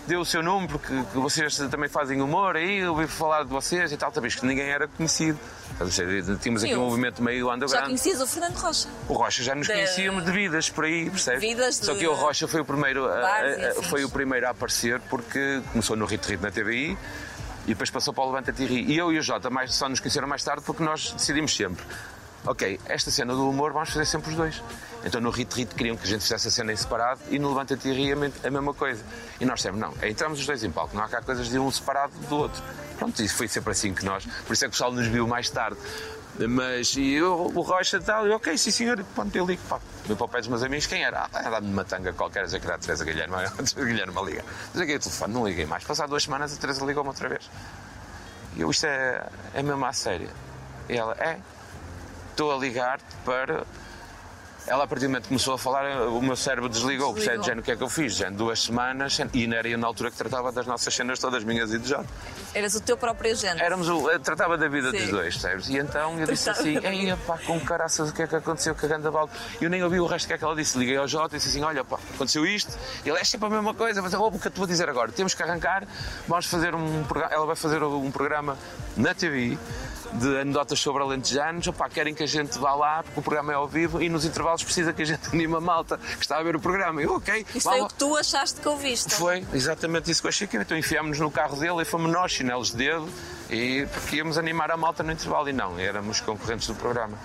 deu o seu nome porque que vocês também fazem humor aí, eu ouvi falar de vocês e tal, talvez que ninguém era conhecido. Tínhamos aqui Sim, um movimento meio Já underground. conhecias o Fernando Rocha? O Rocha já nos De- conhecíamos de vidas por aí, percebes? Vidas de- Só que o Rocha foi o primeiro a, bares e a- afins. foi o primeiro a aparecer porque começou no Rit Rit na T V I e depois passou para o Levanta-te e Ri. E eu e o Jota mais, só nos conheceram mais tarde porque nós decidimos sempre: ok, esta cena do humor vamos fazer sempre os dois. Então no Rit Rit queriam que a gente fizesse a cena em separado e no Levanta-te e Ri a, me- a mesma coisa. E nós sempre, não, é, entramos os dois em palco, não há cá coisas de um separado do outro. Pronto, isso foi sempre assim que nós, por isso é que o pessoal nos viu mais tarde. Mas e eu, o Rocha e tal, eu, ok, sim senhor, pronto, eu ligo, pá, meu para o pé dos meus amigos, quem era? Ah, era-me uma tanga qualquer, a dizer que era a Teresa Guilherme, a Guilherme a liga. Desliguei o telefone, não liguei mais. Passado duas semanas a Teresa ligou-me outra vez. E eu, isto é, é mesmo à séria. E ela, é, estou a ligar-te para... Ela, a partir do momento que começou a falar, o meu cérebro desligou. Desligou. Percebe, já no que é que eu fiz? Já duas semanas, e não era eu na altura que tratava das nossas cenas todas, minhas e de Jota. Eras o teu próprio agente. Éramos o, eu tratava da vida Sim. dos dois, sabes? E então eu disse Tratava assim: da ei, pá, com caraças, o que é que aconteceu? Que ganda balde. Eu nem ouvi o resto do que é que ela disse. Liguei ao Jota e disse assim: olha, pá, aconteceu isto. Ele é sempre a mesma coisa, mas ouve o que eu te vou dizer agora. Temos que arrancar, vamos fazer um programa. Ela vai fazer um programa na T V I de anedotas sobre alentejanos. Opá, querem que a gente vá lá, porque o programa é ao vivo e nos intervalos precisa que a gente anime a malta que está a ver o programa. Eu, ok, Isso vá foi lá. o que tu achaste que ouviste. Foi exatamente isso que eu achei que então enfiámos-nos no carro dele e fomos nós, chinelos de dedo, e porque íamos animar a malta no intervalo e não, éramos concorrentes do programa.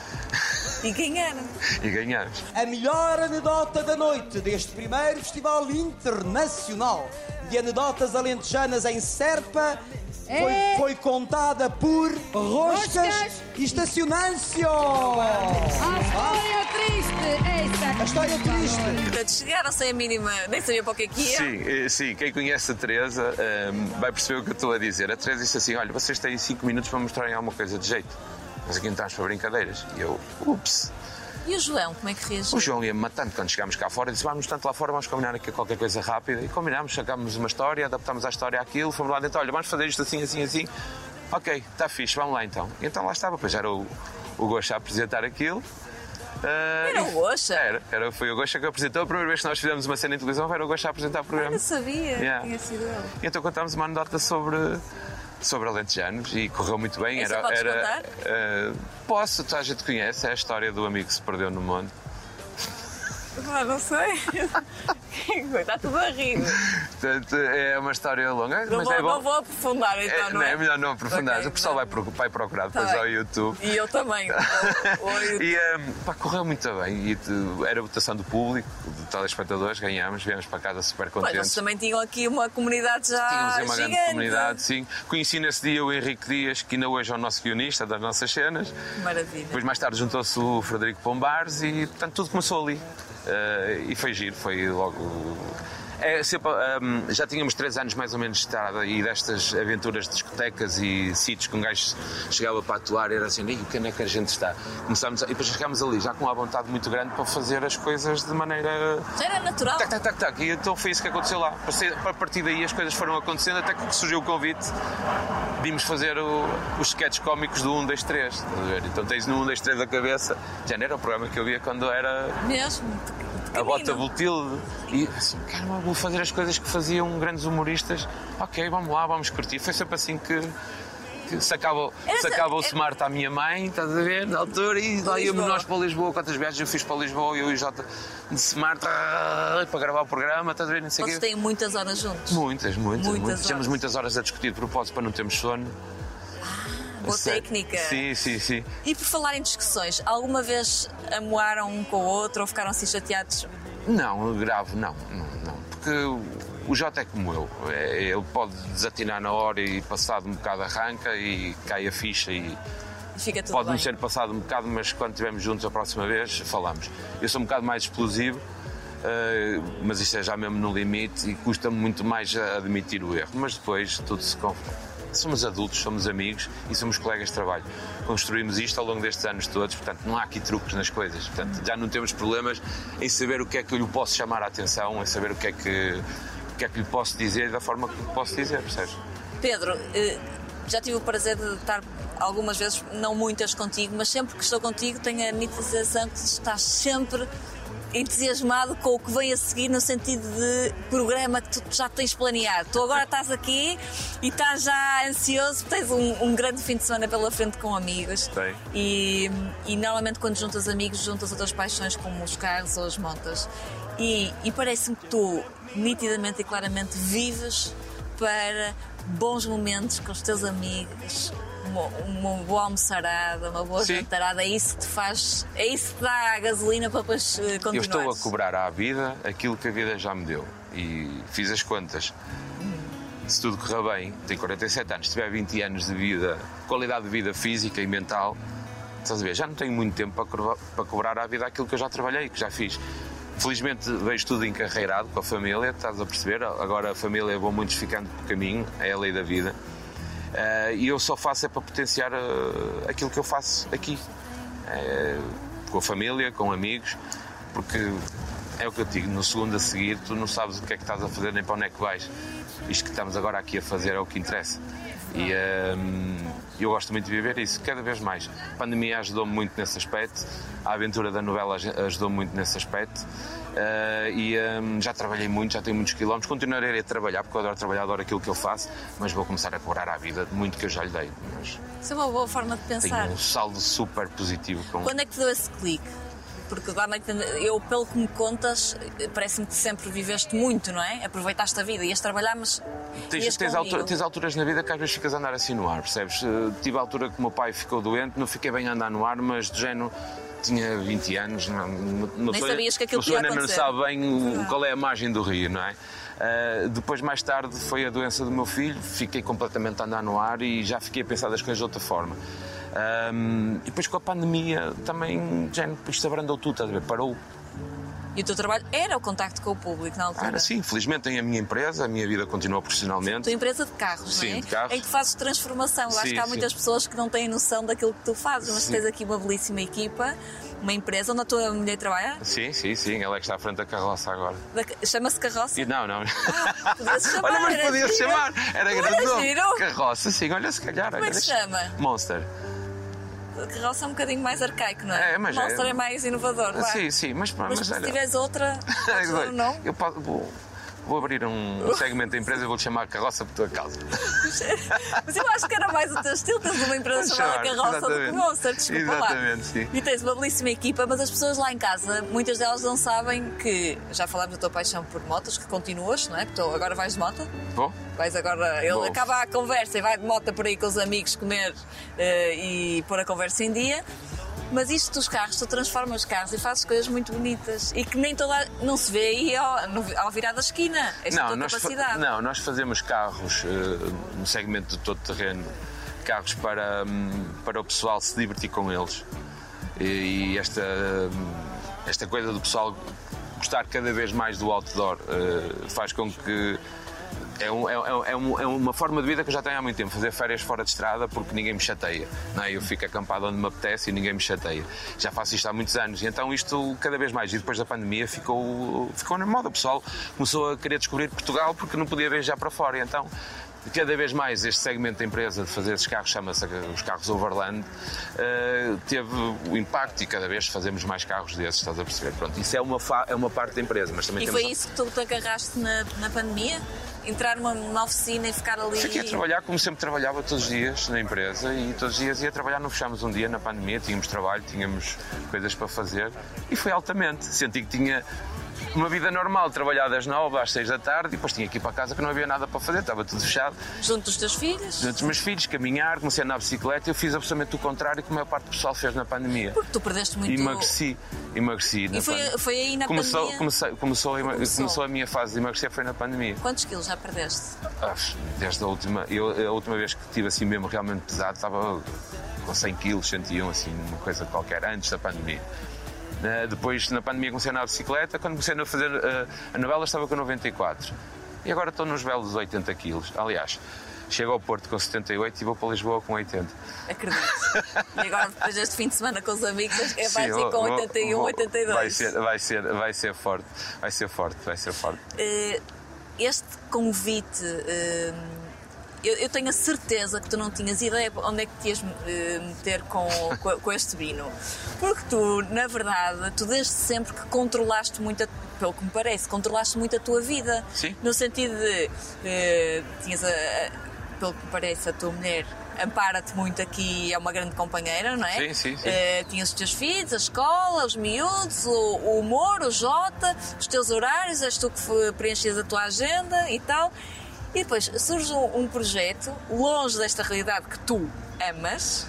E ganharam. E ganhamos. A melhor anedota da noite deste primeiro Festival Internacional de Anedotas Alentejanas em Serpa foi, foi contada por Roscas, Roscas. e Estacionâncio. A história triste, esta. A história triste. Portanto, chegaram sem a mínima, nem sabia para o que é que ia. Sim, eh, sim, quem conhece a Teresa ehm, vai perceber o que eu estou a dizer. A Teresa disse assim: olha, vocês têm cinco minutos para mostrarem alguma coisa de jeito. Mas aqui não estamos para brincadeiras. E eu, ups. E o João, como é que reagiu? O João ia-me matando quando chegámos cá fora. Disse: vamos tanto lá fora, vamos combinar aqui qualquer coisa rápida. E combinámos, sacámos uma história, adaptámos à história aquilo, fomos lá dentro: olha, vamos fazer isto assim, assim, assim. Ok, está fixe, vamos lá então. E então lá estava, pois era o, o Goxa a apresentar aquilo. Ah, Era e- o Goxa? Era, era, foi o Goxa que apresentou. A primeira vez que nós fizemos uma cena em televisão era o Goxa a apresentar o Eu programa. não sabia. Yeah. Tinha sido ele. E então contámos uma anedota sobre, sobre alentejanos e correu muito bem. Essa podes contar? ah, posso, toda a gente conhece, é a história do amigo que se perdeu no mundo. Ah, não sei. Está tudo a rir. Portanto, é uma história longa, Não, mas vou, é bom. não vou aprofundar então, É, não é? é melhor não aprofundar. Ok, O pessoal não. vai, pro- vai procurar Tá depois bem. ao YouTube. E eu também. Oi. E um, pá, correu muito bem. E te- era a votação do público, de telespectadores, ganhámos, viemos para casa super Pois, contentes. vocês também tinham aqui uma comunidade já Tínhamos aí uma grande gigante. comunidade, sim. Conheci nesse dia o Henrique Dias, que ainda hoje é o nosso guionista das nossas cenas. Maravilha. Depois, mais tarde, juntou-se o Frederico Pombares e, portanto, tudo começou ali. Eh, e foi giro, foi logo. É, sempre, um, já tínhamos três anos mais ou menos de estrada e destas aventuras de discotecas e sítios que um gajo chegava para atuar, era assim: "Ei, onde é que a gente está?" Começámos a, e depois chegámos ali já com uma vontade muito grande para fazer as coisas de maneira. Já era natural. Tac, tac, tac, tac. E então foi isso que aconteceu lá. A partir daí as coisas foram acontecendo até que surgiu o convite. Vimos fazer o, os sketches cómicos do um, dois, três. Estás a ver? Então tens no um, dois, três da cabeça. Já não era o programa que eu via quando era Mesmo. a Bota Botilde. E assim, caramba, vou fazer as coisas que faziam grandes humoristas. Ok, vamos lá, vamos curtir. Foi sempre assim que. que Sacava, Essa- sacava o é- Smart à minha mãe, estás a ver, na altura, e lá íamos Lisboa. nós para Lisboa. Quantas viagens eu fiz para Lisboa, eu e o Jota de Smart ah, para gravar o programa, estás a ver, não sei o Vocês quê. têm muitas horas juntos. Muitas, muitas, Muitas muitas. Temos horas. muitas horas a discutir de propósito para não termos sono. Boa Sério. técnica. Sim, sim, sim. E por falar em discussões, alguma vez amoaram um com o outro ou ficaram assim chateados? Não, grave, não, não, não. Porque o Jota é como eu. É, ele pode desatinar na hora e passado um bocado arranca e cai a ficha e E fica tudo pode-nos bem. ser passado um bocado, mas quando estivermos juntos a próxima vez, falamos. Eu sou um bocado mais explosivo, eh, mas isto é já mesmo no limite e custa-me muito mais a admitir o erro. Mas depois tudo se confunde. Somos adultos, somos amigos e somos colegas de trabalho. Construímos isto ao longo destes anos todos, portanto não há aqui truques nas coisas. Portanto, já não temos problemas em saber o que é que eu lhe posso chamar a atenção, em saber o que é que, o que, é que lhe posso dizer da forma que lhe posso dizer, percebes? Pedro, eh, já tive o prazer de estar algumas vezes, não muitas contigo, mas sempre que estou contigo tenho a nitida sensação que estás sempre entusiasmado com o que vem a seguir, no sentido de programa que tu já tens planeado. Tu agora estás aqui e estás já ansioso, tens um, um grande fim de semana pela frente com amigos. Tem. E, e normalmente quando juntas amigos, juntas outras paixões como os carros ou as motas. E, e parece-me que tu nitidamente e claramente vives para bons momentos com os teus amigos, uma, uma boa almoçarada, uma boa Sim. jantarada. É isso que te faz, é isso que te dá a gasolina para depois continuar. Eu estou a cobrar à vida aquilo que a vida já me deu. E fiz as contas. Se tudo correr bem, tenho quarenta e sete anos, se tiver vinte anos de vida, qualidade de vida física e mental, estás a ver, já não tenho muito tempo para cobrar, para cobrar à vida aquilo que eu já trabalhei, que já fiz. Felizmente vejo tudo encarreirado com a família, estás a perceber? Agora a família vão muitos ficando por caminho, é a lei da vida. Uh, e eu só faço é para potenciar uh, aquilo que eu faço aqui. Uh, com a família, com amigos, porque é o que eu te digo, no segundo a seguir tu não sabes o que é que estás a fazer nem para onde é que vais. Isto que estamos agora aqui a fazer é o que interessa. E uh, eu gosto muito de viver isso, cada vez mais. A pandemia ajudou-me muito nesse aspecto, a aventura da novela ajudou-me muito nesse aspecto. Uh, e um, já trabalhei muito, já tenho muitos quilómetros, continuarei a trabalhar porque eu adoro trabalhar, adoro aquilo que eu faço, mas vou começar a cobrar à vida de muito que eu já lhe dei. Mas isso é uma boa forma de pensar. tenho um saldo super positivo. Com... Quando é que te deu esse clique? Porque dá-me a entender, eu, pelo que me contas, parece-me que sempre viveste muito, não é? Aproveitaste a vida, ias trabalhar, mas tens, ias tens, comigo. altura, tens alturas na vida que às vezes ficas a andar assim no ar, percebes? Uh, tive a altura que o meu pai ficou doente, não fiquei bem a andar no ar, mas de género tinha vinte anos, não, não nem sabias que aquilo podia acontecer. não sabe bem o, qual é a margem do rio, não é? Uh, depois, mais tarde, foi a doença do meu filho, fiquei completamente a andar no ar e já fiquei a pensar das coisas de outra forma. Um, e depois com a pandemia também, já, isto abrandou tudo, estás a ver? Parou. E o teu trabalho era o contacto com o público na altura? Era sim, felizmente tenho a minha empresa, a minha vida continua profissionalmente. A tua empresa de carros, sim, não é? De carros. Em que fazes transformação. Eu sim, acho que há sim. muitas pessoas que não têm noção daquilo que tu fazes, mas Sim. tens aqui uma belíssima equipa, uma empresa onde a tua mulher trabalha. Sim, sim, sim, ela é que está à frente da carroça agora. Da- Chama-se Carroça? E não, não. Ah, podia-se chamar, Olha, mas era podia-se giro. chamar, era Não grande era nome. giro? Carroça, sim, olha, se calhar. Como é que se olha, chama? Monster. Carroça é um bocadinho mais arcaico, não é? É, mas Monster é- é mais inovador, vá. Sim, sim, mas, Mas, mas se olha. tiveres outra, podes dar um nome. Eu posso- vou, vou abrir um segmento da empresa e vou-te chamar Carroça por tua causa. Mas eu acho que era mais o teu estilo. Tens uma empresa Vamos chamada chamar, Carroça do que exatamente. Monster, desculpa Exatamente, lá. sim. E tens uma belíssima equipa, mas as pessoas lá em casa, muitas delas não sabem que já falámos da tua paixão por motos, que continuas, não é? Porque tu agora vais de moto. Bom, Vais agora, ele Vou. acaba a conversa e vai de moto por aí com os amigos comer eh, e pôr a conversa em dia. Mas isto dos carros, tu transformas os carros e fazes coisas muito bonitas e que nem toda não se vê aí ao, no- ao virar da esquina. Esta tua nós, fa- capacidade. não, nós fazemos carros eh, no segmento de todo terreno, carros para, hum, para o pessoal se divertir com eles. E, e esta, hum, esta coisa do pessoal gostar cada vez mais do outdoor eh, faz com que. É, um- é, é, é um- é uma forma de vida que eu já tenho há muito tempo, fazer férias fora de estrada porque ninguém me chateia, não é? Eu fico acampado onde me apetece e ninguém me chateia. Já faço isto há muitos anos e então isto cada vez mais. E depois da pandemia ficou, ficou na moda. O pessoal começou a querer descobrir Portugal porque não podia viajar para fora. E então, cada vez mais este segmento da empresa de fazer esses carros, chama-se os carros Overland, eh, teve o impacto e cada vez fazemos mais carros desses, estás a perceber? Pronto, isso é uma, fa- é uma parte da empresa, mas também E temos... foi isso que tu te agarraste na, na pandemia? Entrar numa, numa oficina e ficar ali. Fiquei a trabalhar como sempre trabalhava todos os dias na empresa e todos os dias ia trabalhar, não fechámos um dia na pandemia, tínhamos trabalho, tínhamos coisas para fazer e foi altamente. Senti que tinha uma vida normal, trabalhar das nove às seis da tarde e depois tinha que ir para casa que não havia nada para fazer, estava tudo fechado. Junto dos teus filhos? Junto dos meus filhos, caminhar, comecei a andar de bicicleta e eu fiz absolutamente o contrário que a maior parte do pessoal fez na pandemia. Porque tu perdeste muito. Emagreci, emagreci. na E foi, pandemia. foi aí na começou, pandemia? comecei- começou, a ema- Começou. começou a minha fase de emagrecer foi na pandemia. Quantos quilos já perdeste? Ah, Desde a última, eu, a última vez que estive assim mesmo realmente pesado estava com cem quilos, cento e um, assim, uma coisa qualquer, antes da pandemia. Uh, depois, na pandemia, comecei a andar de bicicleta. Quando comecei a fazer uh, a novela, estava com noventa e quatro. E agora estou nos belos oitenta quilos. Aliás, chego ao Porto com setenta e oito e vou para Lisboa com oitenta. Acredito. E agora, depois deste fim de semana com os amigos, é, vais Sim, ir com vou- oitenta e um, vou- oitenta e dois. Vai ser, vai, ser, vai ser forte. Vai ser forte, vai ser forte. Eh, Este convite eh, eu, eu tenho a certeza que tu não tinhas ideia onde é que te ias eh, meter com, com, com este Bino. Porque tu, na verdade, tu desde sempre que controlaste muito, a, pelo que me parece, controlaste muito a tua vida. Sim. No sentido de, eh, tinhas, a, a, pelo que me parece, a tua mulher ampara-te muito aqui, é uma grande companheira, não é? Sim, sim, sim. Eh, tinhas os teus filhos, a escola, os miúdos, o, o humor, o Jota, os teus horários, és tu que preenches a tua agenda e tal. E depois surge um, um projeto longe desta realidade que tu amas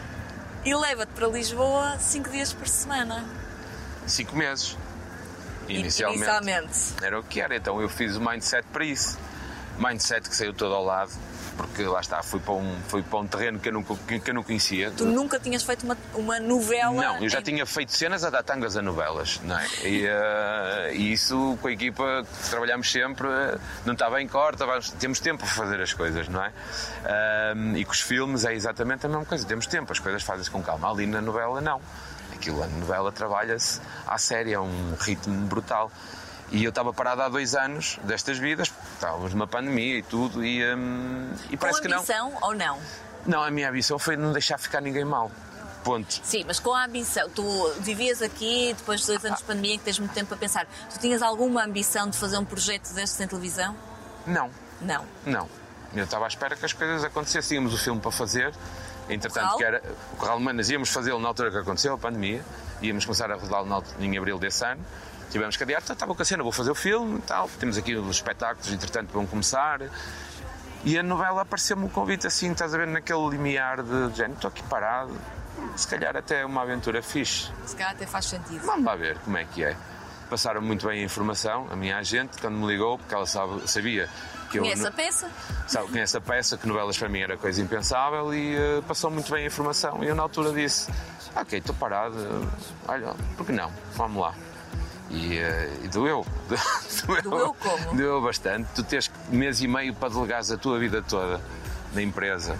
e leva-te para Lisboa cinco dias por semana. Cinco meses. Inicialmente. Inicialmente. Era o que era. Então eu fiz o mindset para isso. Mindset que saiu todo ao lado. Porque lá está, fui para um, fui para um terreno que eu, nunca, que eu não conhecia. Tu nunca tinhas feito uma, uma novela? Não, eu já em... tinha feito cenas a dar tangas a novelas, não é? E, uh, e isso com a equipa que trabalhamos sempre, uh, não está bem corta, vamos, temos tempo para fazer as coisas, não é? Uh, e com os filmes é exatamente a mesma coisa, temos tempo, as coisas fazem-se com calma. Ali na novela não. Aquilo, a novela trabalha-se à série, é um ritmo brutal. E eu estava parado há dois anos destas vidas, estávamos numa pandemia e tudo, e, hum, e parece que não. Com ambição ou não? Não, a minha ambição foi não deixar ficar ninguém mal. Ponto. Sim, mas com a ambição, tu vivias aqui, depois de dois anos de pandemia, que tens muito tempo para pensar, tu tinhas alguma ambição de fazer um projeto destes em televisão? Não. Não. Não. Eu estava à espera que as coisas acontecessem. Tínhamos o filme para fazer, entretanto, Corral? que era o Corral de Manas, íamos fazê-lo na altura que aconteceu a pandemia, íamos começar a rodá-lo em abril desse ano. Tivemos que adiar, estava com a cena, vou fazer o filme e tal. Temos aqui os espetáculos, entretanto, vão começar. E a novela apareceu-me o convite assim, estás a ver, naquele limiar de, de género, estou aqui parado, se calhar até é uma aventura fixe. Se calhar até faz sentido. Vamos lá ver como é que é. Passaram muito bem a informação, a minha agente, quando me ligou, porque ela sabe, sabia que Conhece eu... a peça? Sabe, conhece a peça, que novelas para mim era coisa impensável e uh, passou muito bem a informação. E eu na altura disse, ok, estou parado, uh, olha, por que não? Vamos lá. E, uh, e doeu. doeu. Doeu como? Doeu bastante. Tu tens mês e meio para delegares a tua vida toda na empresa.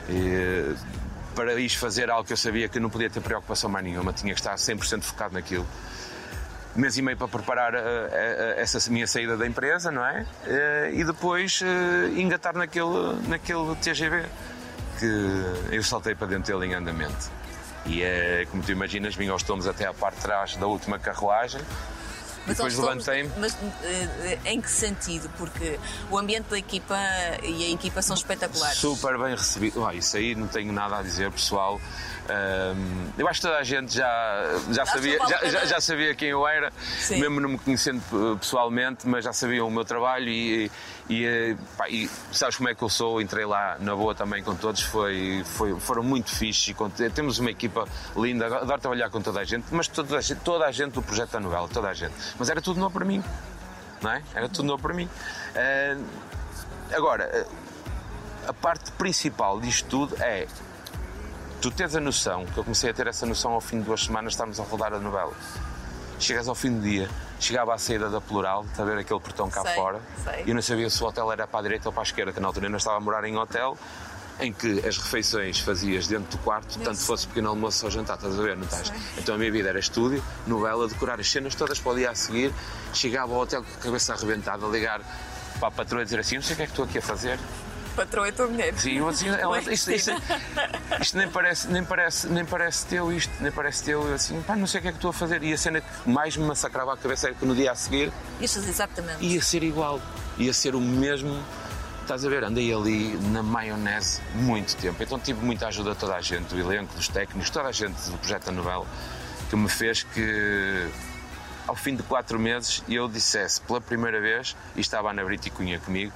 E, para ires fazer algo que eu sabia que eu não podia ter preocupação mais nenhuma, tinha que estar cem por cento focado naquilo. Mês e meio para preparar uh, uh, essa minha saída da empresa, não é? Uh, e depois uh, engatar naquele, naquele T G V que eu saltei para dentro dele em andamento. E é, como tu imaginas, vim aos tomos até à parte de trás da última carruagem. Mas depois levantei-me. Mas uh, em que sentido? Porque o ambiente da equipa e a equipa são espetaculares. Super bem recebido. Ah, isso aí não tenho nada a dizer, pessoal. Um, eu acho que toda a gente já, já, sabia, já, já, já sabia quem eu era, Sim. mesmo não me conhecendo pessoalmente, mas já sabiam o meu trabalho e, e, pá, e sabes como é que eu sou, entrei lá na boa também com todos, foi, foi, foram muito fixes, e temos uma equipa linda, adoro trabalhar com toda a gente, mas toda a gente, toda a gente do projeto da novela, toda a gente, mas era tudo novo para mim, não é? Era tudo novo para mim. Uh, agora, a parte principal disto tudo é tu tens a noção, que eu comecei a ter essa noção ao fim de duas semanas, estamos a rodar a novela. Chegas ao fim do dia, chegava à saída da Plural, está a ver aquele portão cá sei, fora, sei. e eu não sabia se o hotel era para a direita ou para a esquerda, que na altura ainda estava a morar em hotel, em que as refeições fazias dentro do quarto, tanto fosse pequeno almoço ou jantar, estás a ver, não estás? Então a minha vida era estúdio, novela, decorar as cenas todas para o dia a seguir, chegava ao hotel com a cabeça arrebentada, a ligar para a patroa e dizer assim, não sei o que é que estou aqui a fazer. Patrão é teu dinheiro. Sim, eu assim, ela, isto, isto, isto nem, parece, nem, parece, nem parece teu, isto nem parece teu. Eu assim, pá, não sei o que é que estou a fazer. E a cena que mais me massacrava a cabeça era que no dia a seguir Isto exatamente. ia ser igual, ia ser o mesmo. Estás a ver, andei ali na maionese muito tempo, então tive muita ajuda de toda a gente, do elenco, dos técnicos, toda a gente do projeto da novela, que me fez que ao fim de quatro meses eu dissesse pela primeira vez, e estava a Ana Brito e Cunha comigo,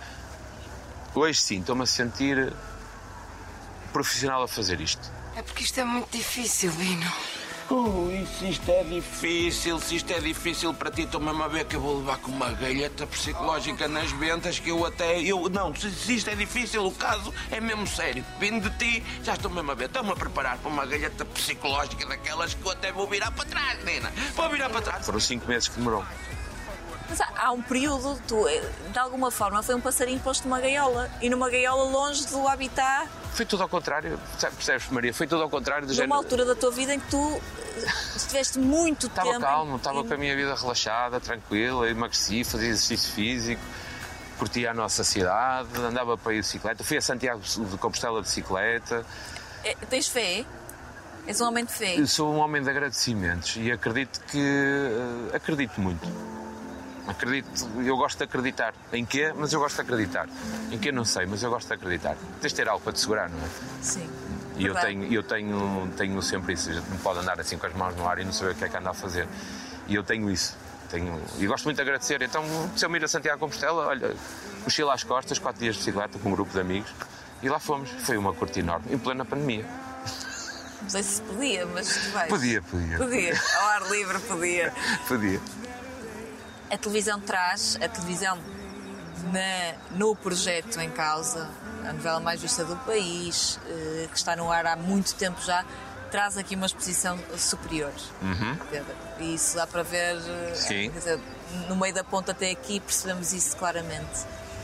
hoje sim, estou-me a sentir profissional a fazer isto. É porque isto é muito difícil, Bino. Oh, se isto é difícil, se isto é difícil para ti, estou mesmo a ver que eu vou levar com uma galheta psicológica nas ventas que eu até... Eu, não, se, se isto é difícil, o caso é mesmo sério. Vindo de ti, já estou mesmo a ver. Estou-me a preparar para uma galheta psicológica daquelas que eu até vou virar para trás, Nina. Vou virar para trás. Foram cinco meses que demorou. Mas há, há um período, tu, de alguma forma, foi um passarinho posto numa gaiola. E numa gaiola longe do habitat. Foi tudo ao contrário, percebes, Maria? Foi tudo ao contrário. Do Numa género... altura da tua vida em que tu estiveste muito estava tempo... calmo, estava e... com a minha vida relaxada, tranquila, emagreci, fazia exercício físico. curtia a nossa cidade, andava para ir de bicicleta, fui a Santiago de Compostela de bicicleta. É, tens fé? És um homem de fé? Eu sou um homem de agradecimentos e acredito que... Uh, acredito muito. Acredito, eu gosto de acreditar. Em quê? Mas eu gosto de acreditar. Em quê? Não sei, mas eu gosto de acreditar. Tens de ter algo para te segurar, não é? Sim. E eu, tenho, eu tenho, tenho sempre isso. A gente não pode andar assim com as mãos no ar e não saber o que é que anda a fazer. E eu tenho isso. Tenho, e gosto muito de agradecer. Então, se eu me ir a Santiago de Compostela, olha, mochila às costas, quatro dias de bicicleta com um grupo de amigos. E lá fomos. Foi uma curta enorme, em plena pandemia. Não sei se podia, mas tu vais. Podia, podia. Podia. Ao ar livre, podia. Podia. A televisão traz, a televisão na, no projeto em causa, a novela mais vista do país, eh, que está no ar há muito tempo já, traz aqui uma exposição superior. Uhum. E isso dá para ver, eh, Sim. quer dizer, no meio da ponta até aqui percebemos isso claramente.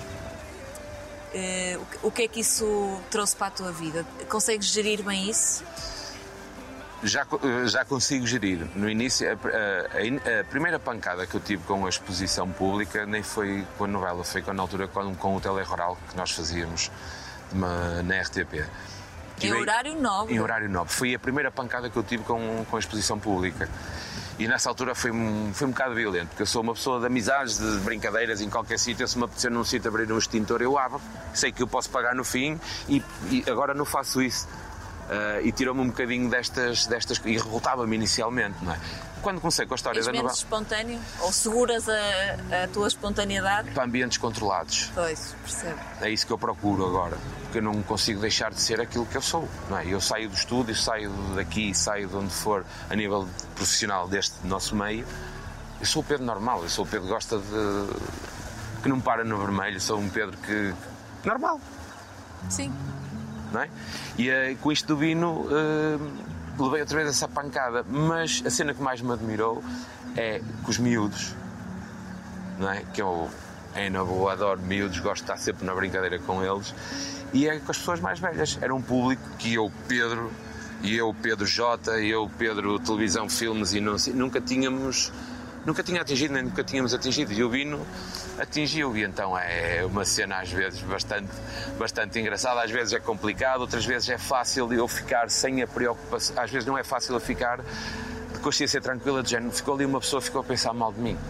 Eh, o, que, o que é que isso trouxe para a tua vida? Consegues gerir bem isso? Já, já consigo gerir. No início, a, a, a primeira pancada que eu tive com a exposição pública nem foi com a novela, foi com, na altura com, com o telerural que nós fazíamos uma, na R T P. Em horário nobre. Em horário nobre. Foi a primeira pancada que eu tive com, com a exposição pública. E nessa altura foi, foi um bocado violento, porque eu sou uma pessoa de amizades, de brincadeiras em qualquer sítio. Se me apetecer num sítio abrir um extintor, eu abro. Sei que eu posso pagar no fim e, e agora não faço isso. Uh, e tirou-me um bocadinho destas, destas e revoltava-me inicialmente, não é? Quando comecei com a história És da novela... menos espontâneo? Ou seguras a, a tua espontaneidade? Para ambientes controlados. Pois, percebo. É isso que eu procuro agora, porque eu não consigo deixar de ser aquilo que eu sou, não é? Eu saio do estúdio, saio daqui, saio de onde for, a nível profissional deste nosso meio. Eu sou o Pedro normal, eu sou o Pedro que gosta de... que não para no vermelho, sou um Pedro que... normal. Sim. Não é? E uh, com isto do Bino uh, levei outra vez essa pancada, mas a cena que mais me admirou é com os miúdos, não é? Que eu, é na boa, adoro miúdos, gosto de estar sempre na brincadeira com eles, e é com as pessoas mais velhas. Era um público que eu, Pedro, e eu, Pedro J, e eu, Pedro Televisão, Filmes, e não, nunca tínhamos... Nunca tinha atingido, nem nunca tínhamos atingido. E o Bino atingiu. E então é uma cena às vezes bastante, bastante engraçada. Às vezes é complicado, outras vezes é fácil eu ficar sem a preocupação. Às vezes não é fácil eu ficar de consciência tranquila, de género. Ficou ali uma pessoa, ficou a pensar mal de mim.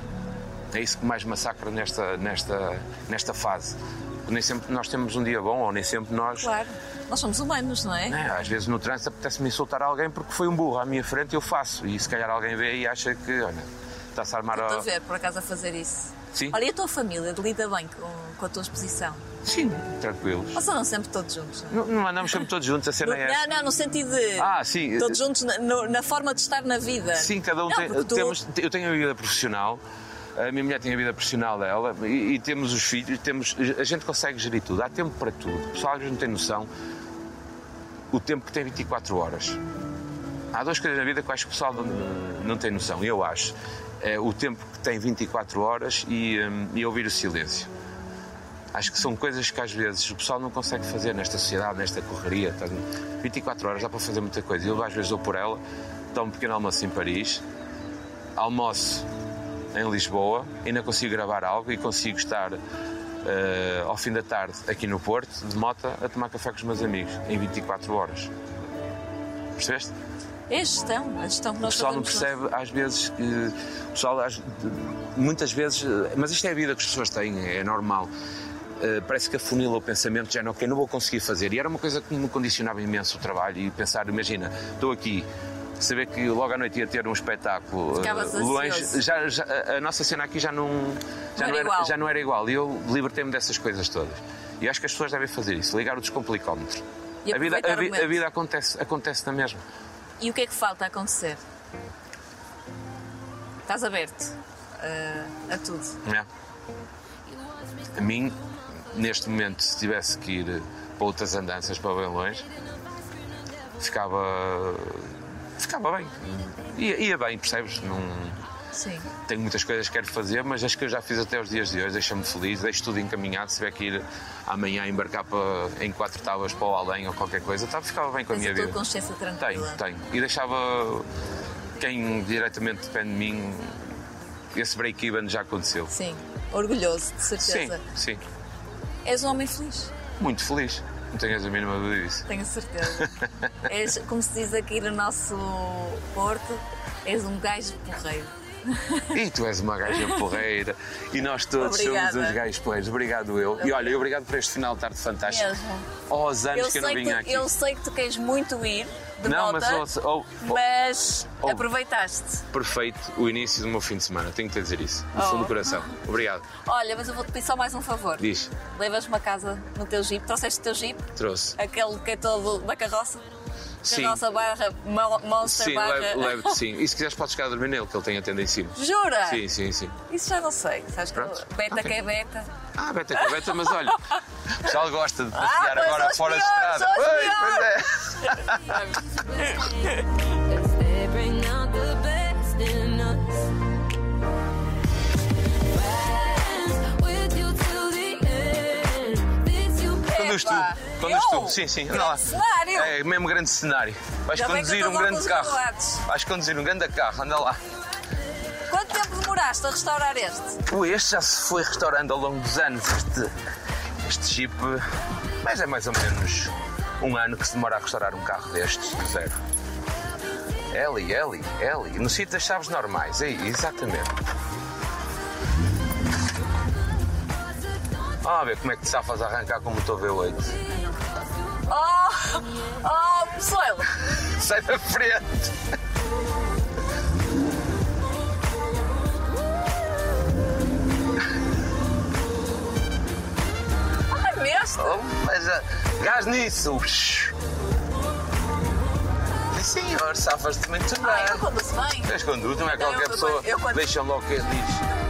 É isso que mais massacra nesta, nesta, nesta fase. Nem sempre nós temos um dia bom, ou nem sempre nós... Claro, nós somos humanos, não é? é às vezes no trânsito apetece-me insultar alguém porque foi um burro à minha frente, eu faço. E se calhar alguém vê e acha que, olha, está-se a armar... Estou a ver, por acaso, a fazer isso. Sim. Olha, e a tua família lida bem com, com a tua exposição? Sim, tranquilos. Ou são sempre todos juntos? Não, não, não andamos sempre todos juntos, a cena no, é essa. Não, não, no sentido de... Ah, sim. Todos juntos na, no, na forma de estar na vida. Sim, cada um não, tem... tu... Temos, eu tenho a vida profissional... A minha mulher tem a vida profissional dela e, e temos os filhos, temos, a gente consegue gerir tudo, há tempo para tudo. O pessoal às vezes não tem noção o tempo que tem vinte e quatro horas. Há duas coisas na vida que eu acho que o pessoal não, não tem noção, eu acho. É o tempo que tem vinte e quatro horas e, um, e ouvir o silêncio. Acho que são coisas que às vezes o pessoal não consegue fazer nesta sociedade, nesta correria. vinte e quatro horas dá para fazer muita coisa. Eu às vezes dou por ela, tomo um pequeno almoço em Paris, almoço em Lisboa, ainda consigo gravar algo e consigo estar uh, ao fim da tarde aqui no Porto, de moto, a tomar café com os meus amigos, em vinte e quatro horas. Percebeste? É a gestão, a gestão que nós O pessoal não fazemos percebe, às vezes, que, o pessoal, muitas vezes, mas isto é a vida que as pessoas têm, é normal. Uh, parece que afunila o pensamento, já não, ok, não vou conseguir fazer. E era uma coisa que me condicionava imenso o trabalho e pensar, imagina, estou aqui, saber que logo à noite ia ter um espetáculo uh, longe, já, já, a nossa cena aqui já não, já, não, não, era, já não era igual. E eu libertei-me dessas coisas todas. E acho que as pessoas devem fazer isso, ligar o descomplicómetro. A vida, a, vi, a vida acontece, acontece na mesma. E o que é que falta acontecer? Estás aberto uh, a tudo? É. A mim, neste momento, se tivesse que ir para outras andanças, para bem longe, ficava... ficava bem. Ia, ia bem, percebes? Não... Sim. Tenho muitas coisas que quero fazer, mas as que eu já fiz até os dias de hoje deixa-me feliz, deixo tudo encaminhado. Se tiver que ir amanhã embarcar para, em quatro tábuas para o além ou qualquer coisa, tá, ficava bem com a minha vida. Tens a tua consciência tranquila? Tenho, tenho. E deixava quem diretamente depende de mim, esse break-even já aconteceu. Sim. orgulhoso, de certeza. Sim, sim. És um homem feliz, Muito feliz. Não tenhas a mínima dúvida disso. tenho certeza. És, como se diz aqui no nosso Porto, és um gajo porreiro. E tu és uma gaja porreira. E nós todos Obrigada. somos os gajos porreiros. Obrigado eu. E olha, obrigado por este final de tarde fantástico. Mesmo. Oh, os anos Eu que eu não sei, que vinha tu, aqui. eu sei que tu queres muito ir de Não, volta, mas ouça, oh, oh, mas oh. aproveitaste. Perfeito o início do meu fim de semana. Tenho que te dizer isso. Do fundo do Oh. coração. Obrigado. Olha, mas eu vou-te pedir só mais um favor. Diz. Levas-me a casa no teu jeep, trouxeste o teu jeep, Trouxe. aquele que é todo da carroça? Sim. Carroça barra Mo- Monster Sim, barra... levo- levo-te sim. E se quiseres podes ficar a dormir nele, que ele tem a tenda em cima. Jura? Sim, sim, sim. Isso já não sei. Sabes que Pronto. beta Ok. que é beta. Ah, beta que beta, mas olha, o pessoal gosta de passear mas agora são os fora de piores, estrada. são os Pois, Conduz tu, Epá, conduz eu? tu. Sim, sim, anda Grande lá. cenário. É, mesmo grande cenário. Vais Já bem que conduzir eu um tô lá com grande os carro. regulados. Vais conduzir um grande carro, anda lá. Quanto tempo demoraste a restaurar este? Ui, este já se foi restaurando ao longo dos anos. Este, este Jeep, mas é mais ou menos um ano que se demora a restaurar um carro destes, do zero. Eli, Eli, Eli. No sítio das chaves normais, é exatamente. Vamos ver como é que te safas a arrancar com o motor V oito. Oh! Oh, Moçoelo! Sai da frente! Ai, mestre! Oh, mas ah, gás nisso! Sim, senhor, safas-te muito bem. Ai, eu conduzo bem. Tens conduto, não é Não, qualquer eu- pessoa eu quando- deixa logo que diz.